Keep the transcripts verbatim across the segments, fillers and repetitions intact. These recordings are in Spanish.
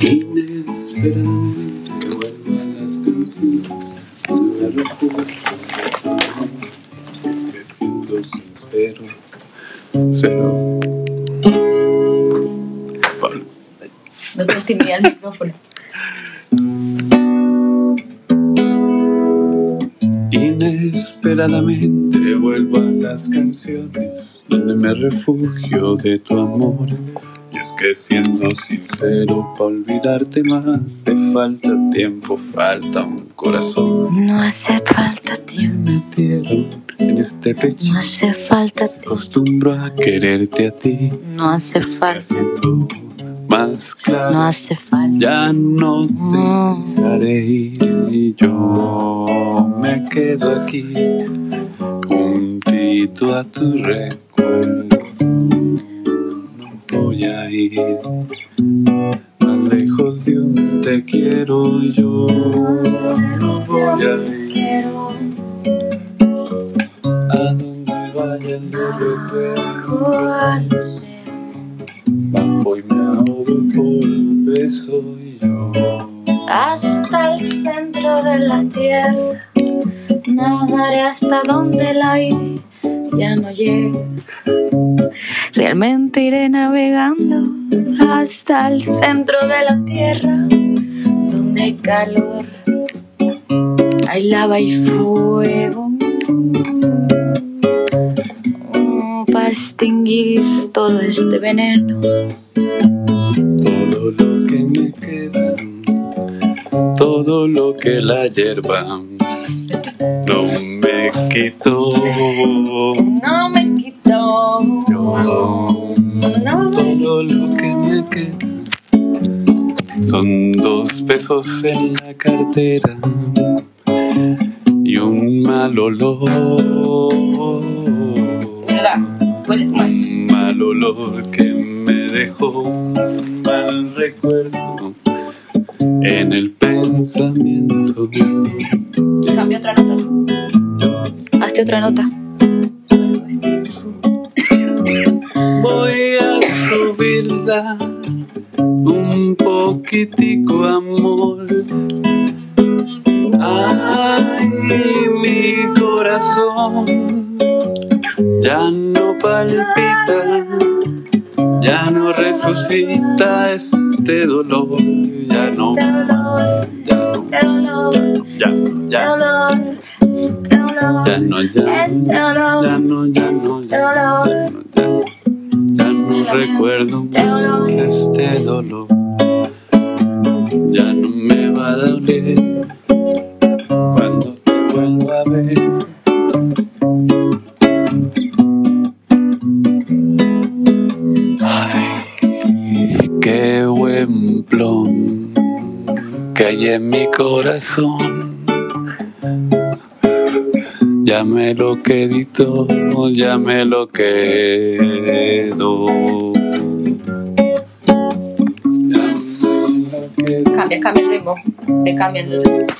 Inesperadamente vuelvo a las canciones, me refugio. Es que siendo sincero, cero. Pablo. No te intimida el micrófono. Inesperadamente vuelvo a las canciones donde me refugio de tu amor. Y es que siendo sincero, para olvidarte más hace falta tiempo, falta un corazón. No hace falta tiempo. Me metieron en este pecho. No hace falta tiempo. Acostumbro a quererte a ti. No hace falta tiempo. Más claro. No hace falta. Ya no te No. dejaré ir y yo me quedo aquí juntito a tu recuerdo. No voy a ir más lejos de un te quiero y yo no voy a ir a donde vaya el recuerdo. Bajo y me ahogo por un beso y yo Hasta el centro de la tierra nadaré hasta donde el aire ya no llega. Realmente iré navegando hasta el centro de la tierra donde hay calor, hay lava y fuego, oh, para extinguir todo este veneno. todo lo que me queda, todo lo que la hierba no me quitó. No me quitó. Yo, No me todo lo que me queda son dos pesos en la cartera y un mal olor. ¿Verdad? ¿Cuál es mal? Un mal olor que me dejó un mal recuerdo en el pensamiento. Cambia otra nota. Hazte otra nota. Voy a subirla un poquitico, amor. Ay, mi corazón ya no palpita, ya no resucita este dolor, ya no, ya no, ya, ya, ya no, ya, ya no, ya no, ya, ya no recuerdo más este dolor, ya no me va a doler cuando te vuelva a ver. Qué buen plom que hay en mi corazón. Ya me lo quedito, ya me lo quedo. Ya me lo quedo. Cambia, cambia el ritmo. Ve cambiando el ritmo.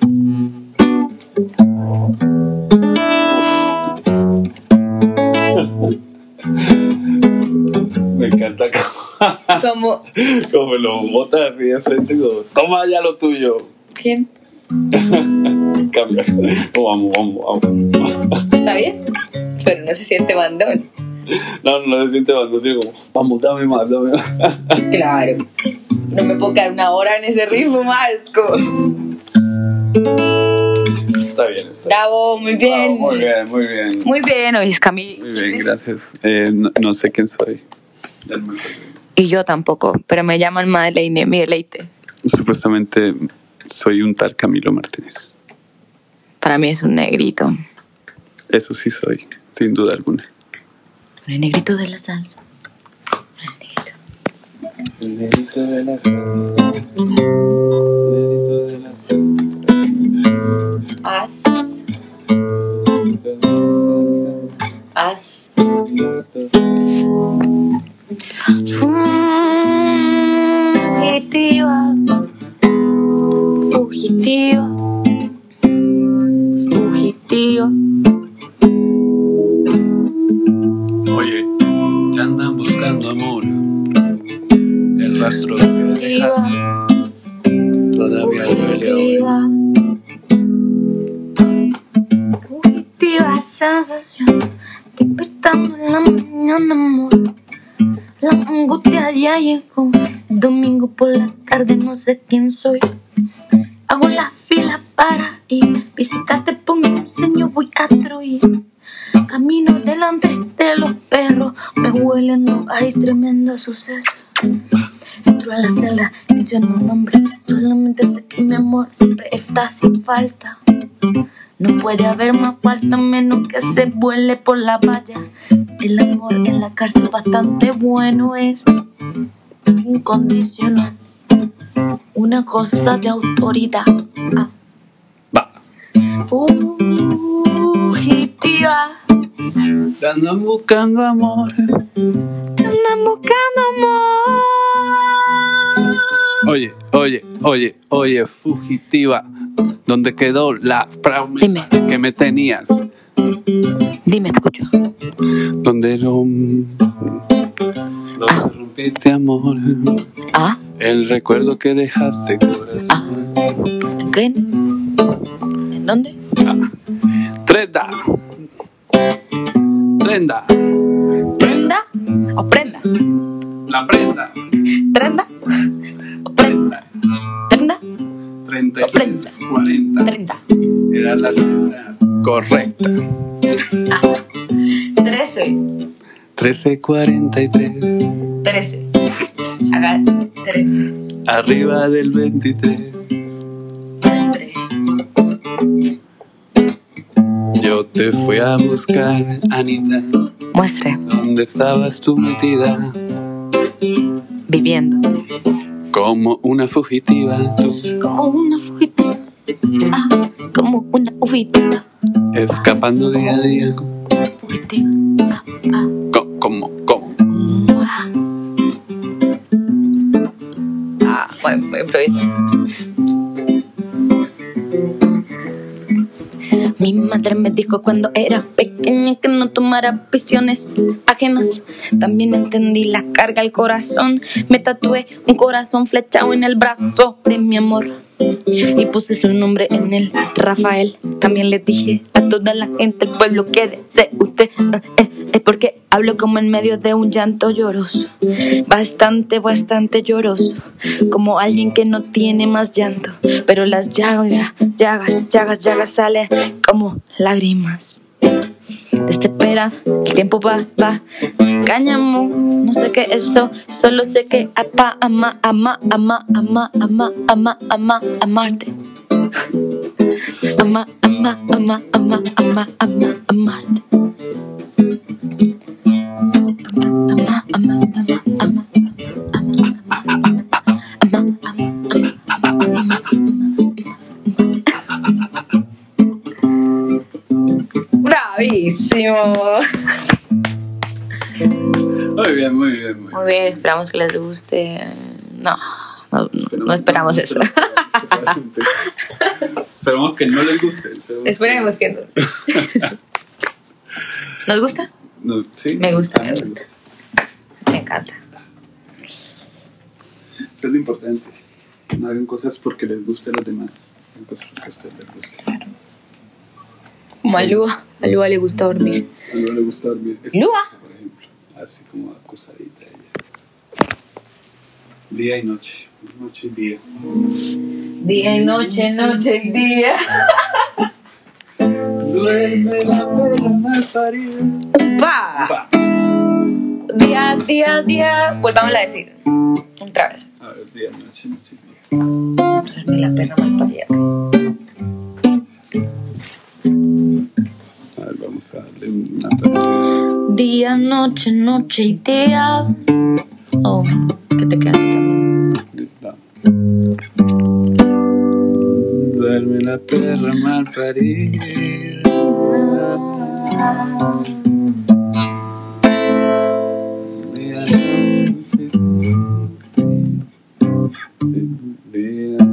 Me encanta cómo, Como. cómo me lo botas así de frente, como, toma ya lo tuyo. ¿Quién? Cambia. Oh, vamos, vamos, vamos. ¿Está bien? Pero no se siente mandón. No, no se siente más, no tiene como, vamos, dame más, dame más. Claro. No me puedo quedar una hora en ese ritmo, Marco. Está bien, está Bravo, muy bien. Bravo, muy bien, muy bien. Muy bien, oís, Camille. Muy bien, gracias. Eh, no, no sé quién soy. Ya no me acuerdo. Y yo tampoco, pero me llaman Madeleine, mi deleite. Supuestamente soy un tal Camilo Martínez. Para mí es un negrito. Eso sí soy, sin duda alguna. Un negrito de la salsa. Un negrito. El negrito de la salsa. El negrito de la salsa. As. As. Fugitiva. Fugitiva. Fugitiva. Oye, te andan buscando amor. El rastro que dejas fugitiva, fugitiva sensación, despertando en la mañana, amor. La angustia ya llegó, el domingo por la tarde no sé quién soy. Hago la fila para ir, visitarte, pongo un señor, voy a Troya. Camino delante de los perros, me huelen, no hay tremendo suceso. Entro a la celda, menciono un nombre, solamente sé que mi amor siempre está sin falta. No puede haber más falta menos que se vuele por la valla. El amor en la cárcel bastante bueno es incondicional, una cosa de autoridad. Ah. Va. Fugitiva, Te andan buscando amor. te andan buscando amor. Oye, oye, oye, oye, fugitiva. ¿Dónde quedó la promesa Dime. que me tenías? Dime, te escucho. ¿Dónde rom... ¿Dónde rompiste amor? Ah, El recuerdo que dejaste, corazón. ah. ¿En qué? ¿En dónde? Trenda. Trenda. ¿Prenda o prenda? La prenda. ¿Prenda o prenda? ¿Prenda? treinta y O prenda. tres, cuarenta. treinta. Era la cena correcta. Ah, trece. trece cuarenta y tres. trece. Haga trece. Arriba del veintitrés. Muestre. Yo te fui a buscar, Anita. Muestre. ¿Dónde estabas tú metida? Viviendo. Como una fugitiva, tú. Como una fugitiva. Ah, como una fugitiva. Escapando día a día. Fugitiva. Ah, ah. Co- Como, como. Ah. Ah, bueno, voy a improvisar. Mi madre me dijo cuando era pequeña que no tomara visiones ajenas. También entendí la carga al corazón. Me tatué un corazón flechado en el brazo de mi amor y puse su nombre en él, Rafael. También le dije a toda la gente del pueblo: quédese usted, eh, eh, eh, porque hablo como en medio de un llanto lloroso. Bastante, bastante lloroso, como alguien que no tiene más llanto, pero las llagas, llagas, llagas, llagas salen como lágrimas. Desesperado, el tiempo va, va. Cáñamo, no sé qué es eso, solo sé que apa, ama, ama, ama, ama, ama, ama, ama, amarte. Ama, ama, ama, ama, ama, ama, amarte. Ama, ama, ama, ama, ama, ama, ama, bravísimo. Muy bien, muy bien, muy bien. Muy bien, esperamos que les guste. No, no, no esperamos eso. Esperamos que no les guste. Esperemos que no. ¿Nos gusta? No, sí, Me gusta, me gusta. Me encanta. Eso es lo importante. No hagan cosas porque les guste a los demás. Hagan cosas porque a ustedes les guste. Como a Lua. A Lua le gusta dormir. A Lua le gusta dormir. Esta Lua. cosa, por ejemplo. Así como acosadita ella. Día y noche. Noche y día. Día y noche, noche y día. Duerme la perra mal parida. Va. Va. Día, día, día. Volvámosla a decir. Otra vez. A ver, día, noche, noche y día. Duerme la perra mal parida. A ver, vamos a darle una tonalidad. Día, noche, noche y día. Oh, que te queda así también. No. Duerme la perra mal parida. Día, noche, día,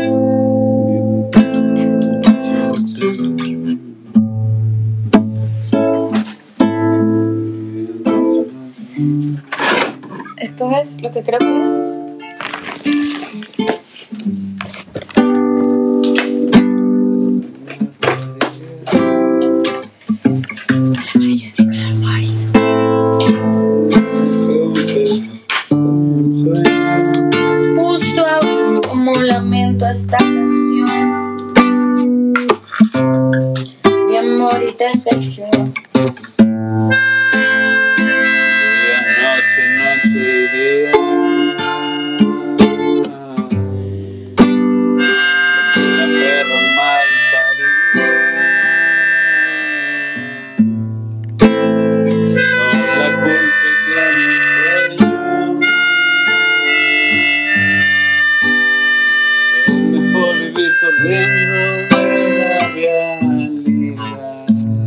Esto es lo que creo que es. canto esta canción de amor y decepción. Día, noche, noche y día. La perra mal parida. No la culpes de mi sueño. Es mejor vivir corriendo de la realidad.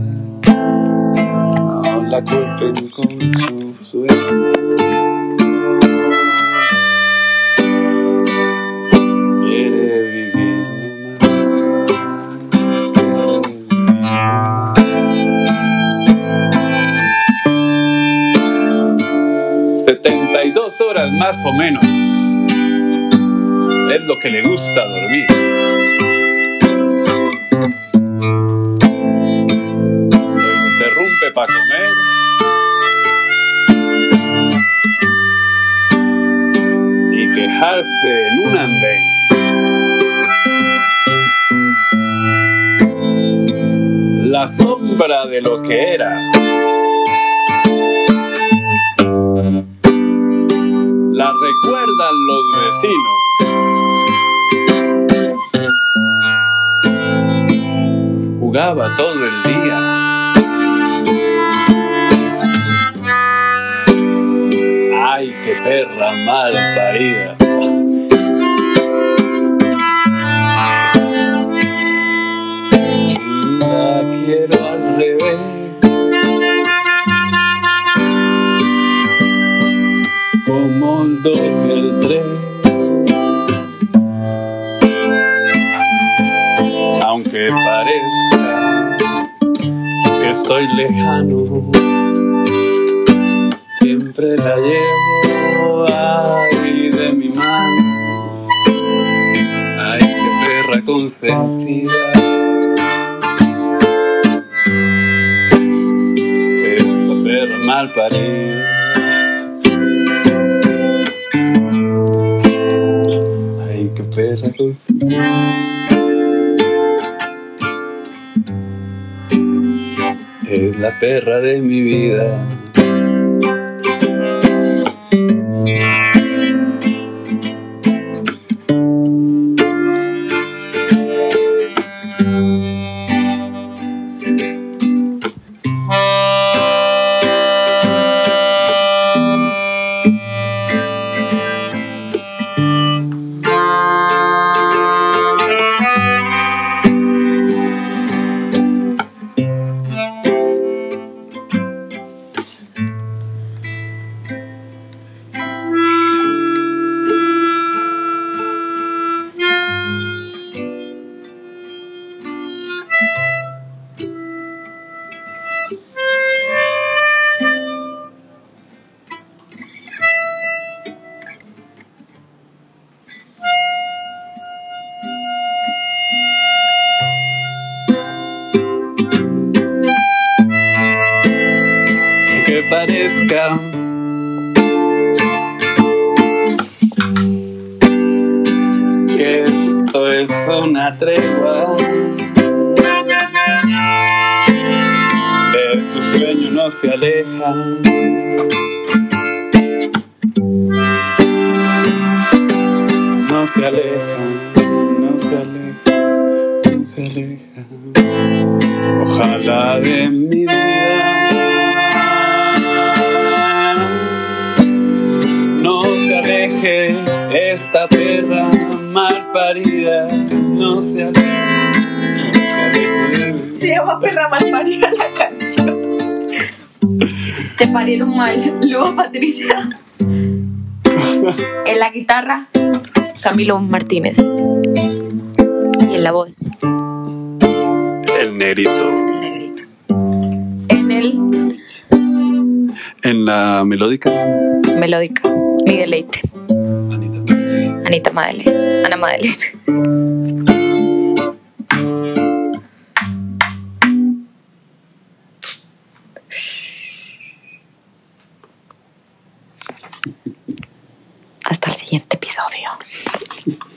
No la culpen con su sueño. Quiere vivir nomás. Quiere vivir nomás. setenta y dos horas más o menos. Es lo que le gusta dormir. Lo interrumpe para comer. Y quejarse en un andén. La sombra de lo que era. La recuerdan los vecinos. Jugaba todo el día. Ay, qué perra mal parida. La quiero al revés. Como el dos y el tres. Aunque parezca que estoy lejano, siempre la llevo ahí de mi mano. Ay, qué perra consentida. Esta perra mal parida. Ay, qué perra consentida. Es la perra de mi vida. Que parezca que esto es una tregua, de su sueño no se aleja. No se aleja, no se aleja, no se aleja. Ojalá de mi vida no se aleje esta perra mal parida. No se aleje, no se aleje. Se llama Perra mal parida la canción. Te parieron mal, luego Patricia. En la guitarra, Camilo Martínez. Y en la voz, El negrito. el negrito. En el En la melódica, melódica, mi deleite. Anita Madeleine. Anita Madeleine, Ana Madeleine. Hasta el siguiente episodio.